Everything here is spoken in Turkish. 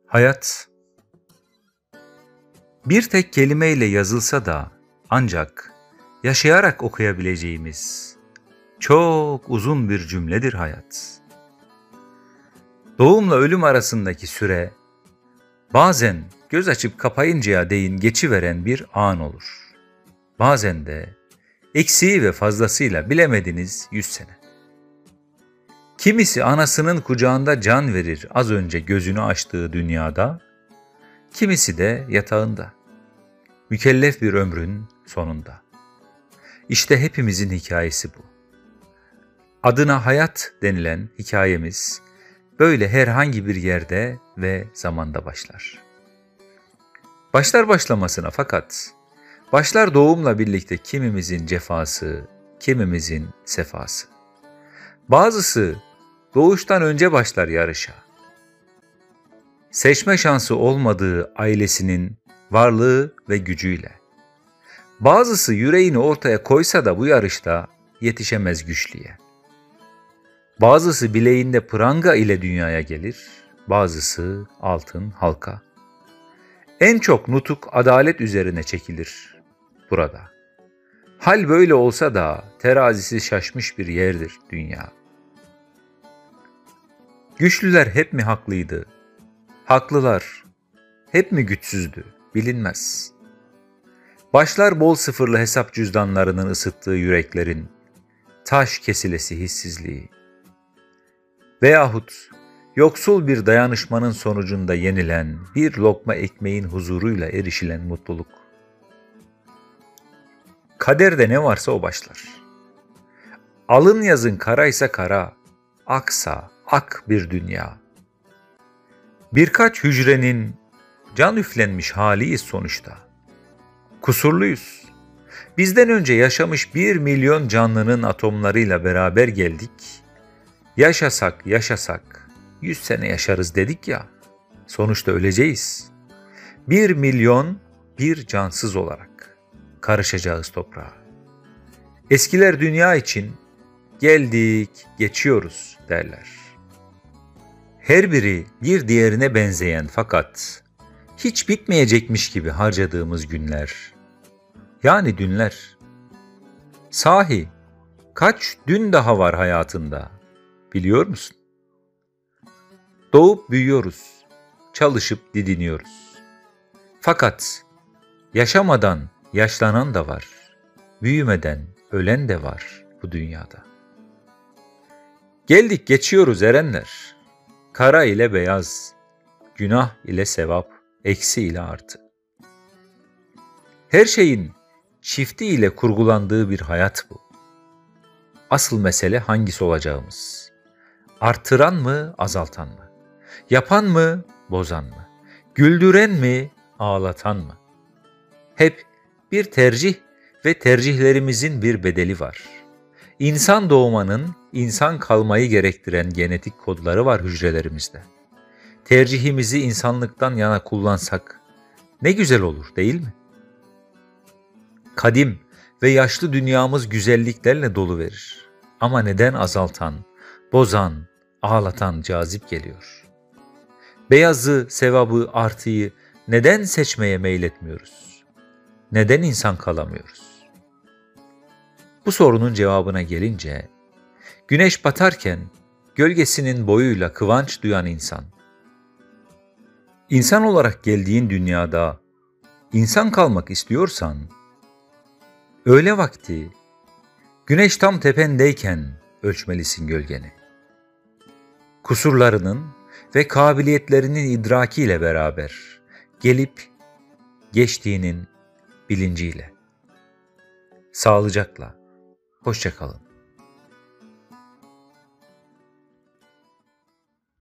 Hayat, bir tek kelimeyle yazılsa da ancak yaşayarak okuyabileceğimiz çok uzun bir cümledir hayat. Doğumla ölüm arasındaki süre bazen göz açıp kapayıncaya değin geçiveren bir an olur. Bazen de eksiği ve fazlasıyla bilemediniz 100 sene. Kimisi anasının kucağında can verir az önce gözünü açtığı dünyada, kimisi de yatağında, mükellef bir ömrün sonunda. İşte hepimizin hikayesi bu. Adına hayat denilen hikayemiz böyle herhangi bir yerde ve zamanda başlar. Başlar başlamasına fakat başlar doğumla birlikte kimimizin cefası, kimimizin sefası. Bazısı doğuştan önce başlar yarışa. Seçme şansı olmadığı ailesinin varlığı ve gücüyle. Bazısı yüreğini ortaya koysa da bu yarışta yetişemez güçlüye. Bazısı bileğinde pranga ile dünyaya gelir, bazısı altın halka. En çok nutuk adalet üzerine çekilir burada. Hal böyle olsa da terazisi şaşmış bir yerdir dünya. Güçlüler hep mi haklıydı? Haklılar hep mi güçsüzdü? Bilinmez. Başlar bol sıfırlı hesap cüzdanlarının ısıttığı yüreklerin taş kesilesi hissizliği. Veyahut yoksul bir dayanışmanın sonucunda yenilen bir lokma ekmeğin huzuruyla erişilen mutluluk. Kaderde ne varsa o başlar. Alın yazın karaysa kara, aksa ak bir dünya. Birkaç hücrenin can üflenmiş haliyiz sonuçta. Kusurluyuz. Bizden önce yaşamış 1 milyon canlının atomlarıyla beraber geldik. Yaşasak 100 sene yaşarız dedik ya. Sonuçta öleceğiz. 1 milyon bir cansız olarak karışacağız toprağa. Eskiler dünya için geldik, geçiyoruz derler. Her biri bir diğerine benzeyen fakat hiç bitmeyecekmiş gibi harcadığımız günler. Yani dünler. Sahi kaç dün daha var hayatında biliyor musun? Doğup büyüyoruz, çalışıp didiniyoruz. Fakat yaşamadan yaşlanan da var, büyümeden ölen de var bu dünyada. Geldik geçiyoruz erenler, kara ile beyaz, günah ile sevap, eksi ile artı. Her şeyin çifti ile kurgulandığı bir hayat bu. Asıl mesele hangisi olacağımız? Artıran mı, azaltan mı? Yapan mı, bozan mı? Güldüren mi, ağlatan mı? Hep bir tercih ve tercihlerimizin bir bedeli var. İnsan doğmanın insan kalmayı gerektiren genetik kodları var hücrelerimizde. Tercihimizi insanlıktan yana kullansak ne güzel olur değil mi? Kadim ve yaşlı dünyamız güzelliklerle dolu verir. Ama neden azaltan, bozan, ağlatan cazip geliyor? Beyazı, sevabı, artıyı neden seçmeye meyletmiyoruz? Neden insan kalamıyoruz? Bu sorunun cevabına gelince, güneş batarken gölgesinin boyuyla kıvanç duyan insan. İnsan olarak geldiğin dünyada insan kalmak istiyorsan, öğle vakti güneş tam tependeyken ölçmelisin gölgeni. Kusurlarının ve kabiliyetlerinin idrakiyle beraber gelip geçtiğinin bilinciyle. Sağlıcakla, hoşça kalın.